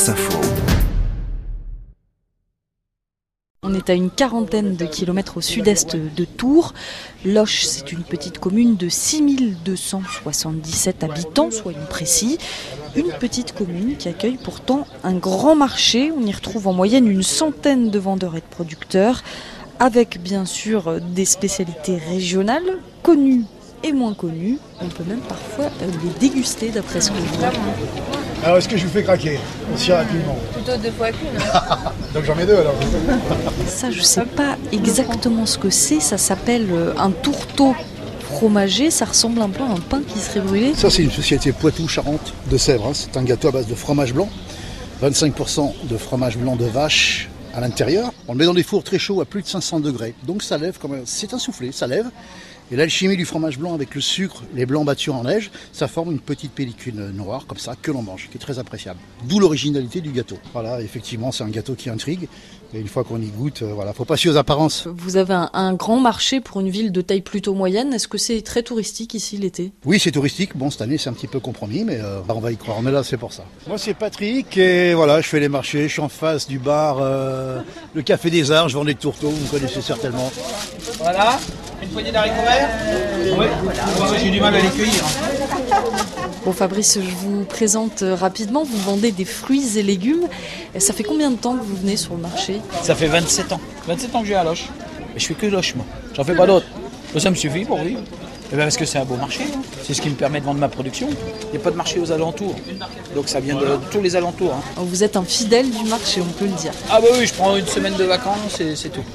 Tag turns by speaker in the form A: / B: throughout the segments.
A: France Info.
B: On est à une quarantaine de kilomètres au sud-est de Tours. Loches, c'est une petite commune de 6277 habitants, soyons précis. Une petite commune qui accueille pourtant un grand marché. On y retrouve en moyenne une centaine de vendeurs et de producteurs, avec bien sûr des spécialités régionales, connues et moins connues. On peut même parfois les déguster d'après ce que je vois.
C: Alors est-ce que je vous fais craquer aussi rapidement?
D: Plutôt 2 fois qu'une.
C: Donc j'en mets 2 alors.
B: Ça, je sais pas exactement ce que c'est. Ça s'appelle un tourteau fromager. Ça ressemble un peu à un pain qui serait brûlé.
C: Ça c'est une société Poitou-Charentes de Sèvres. C'est un gâteau à base de fromage blanc. 25% de fromage blanc de vache à l'intérieur. On le met dans des fours très chauds à plus de 500 degrés. Donc ça lève, c'est un soufflé, ça lève. Et l'alchimie du fromage blanc avec le sucre, les blancs battus en neige, ça forme une petite pellicule noire comme ça que l'on mange, qui est très appréciable. D'où l'originalité du gâteau. Voilà, effectivement, c'est un gâteau qui intrigue. Et une fois qu'on y goûte, faut pas se fier aux apparences.
B: Vous avez un grand marché pour une ville de taille plutôt moyenne. Est-ce que c'est très touristique ici l'été?
C: Oui, c'est touristique. Bon, cette année, c'est un petit peu compromis, mais on va y croire. On est là, c'est pour ça. Moi, c'est Patrick et voilà, je fais les marchés. Je suis en face du bar, le Café des Arts. Je vends des tourteaux, vous me connaissez certainement.
E: Voilà, une poignée d'haricots verts. Oui, j'ai du mal à les cueillir.
B: Bon Fabrice, je vous présente rapidement. Vous vendez des fruits et légumes. Ça fait combien de temps que vous venez sur le marché?
E: Ça fait 27 ans. 27 ans que j'ai à Loches. Mais je fais que Loches, moi. J'en fais pas d'autres. Ça me suffit pour vivre. Et bien parce que c'est un beau marché. C'est ce qui me permet de vendre ma production. Il n'y a pas de marché aux alentours. Donc ça vient de tous les alentours.
B: Vous êtes un fidèle du marché, on peut le dire.
E: Ah bah oui, je prends une semaine de vacances et c'est tout.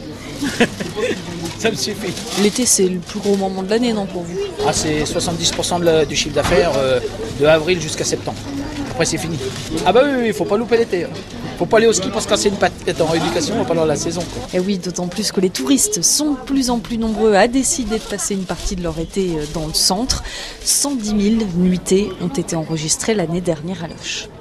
E: Ça me suffit.
B: L'été, c'est le plus gros moment de l'année, non, pour vous?
E: Ah, c'est 70% du chiffre d'affaires de avril jusqu'à septembre. Après, c'est fini. Ah bah oui, il faut pas louper l'été. Faut pas aller au ski parce que quand c'est une patate en rééducation, on va pas dans la saison.
B: Et oui, d'autant plus que les touristes sont de plus en plus nombreux à décider de passer une partie de leur été dans le centre. 110 000 nuitées ont été enregistrées l'année dernière à Loches.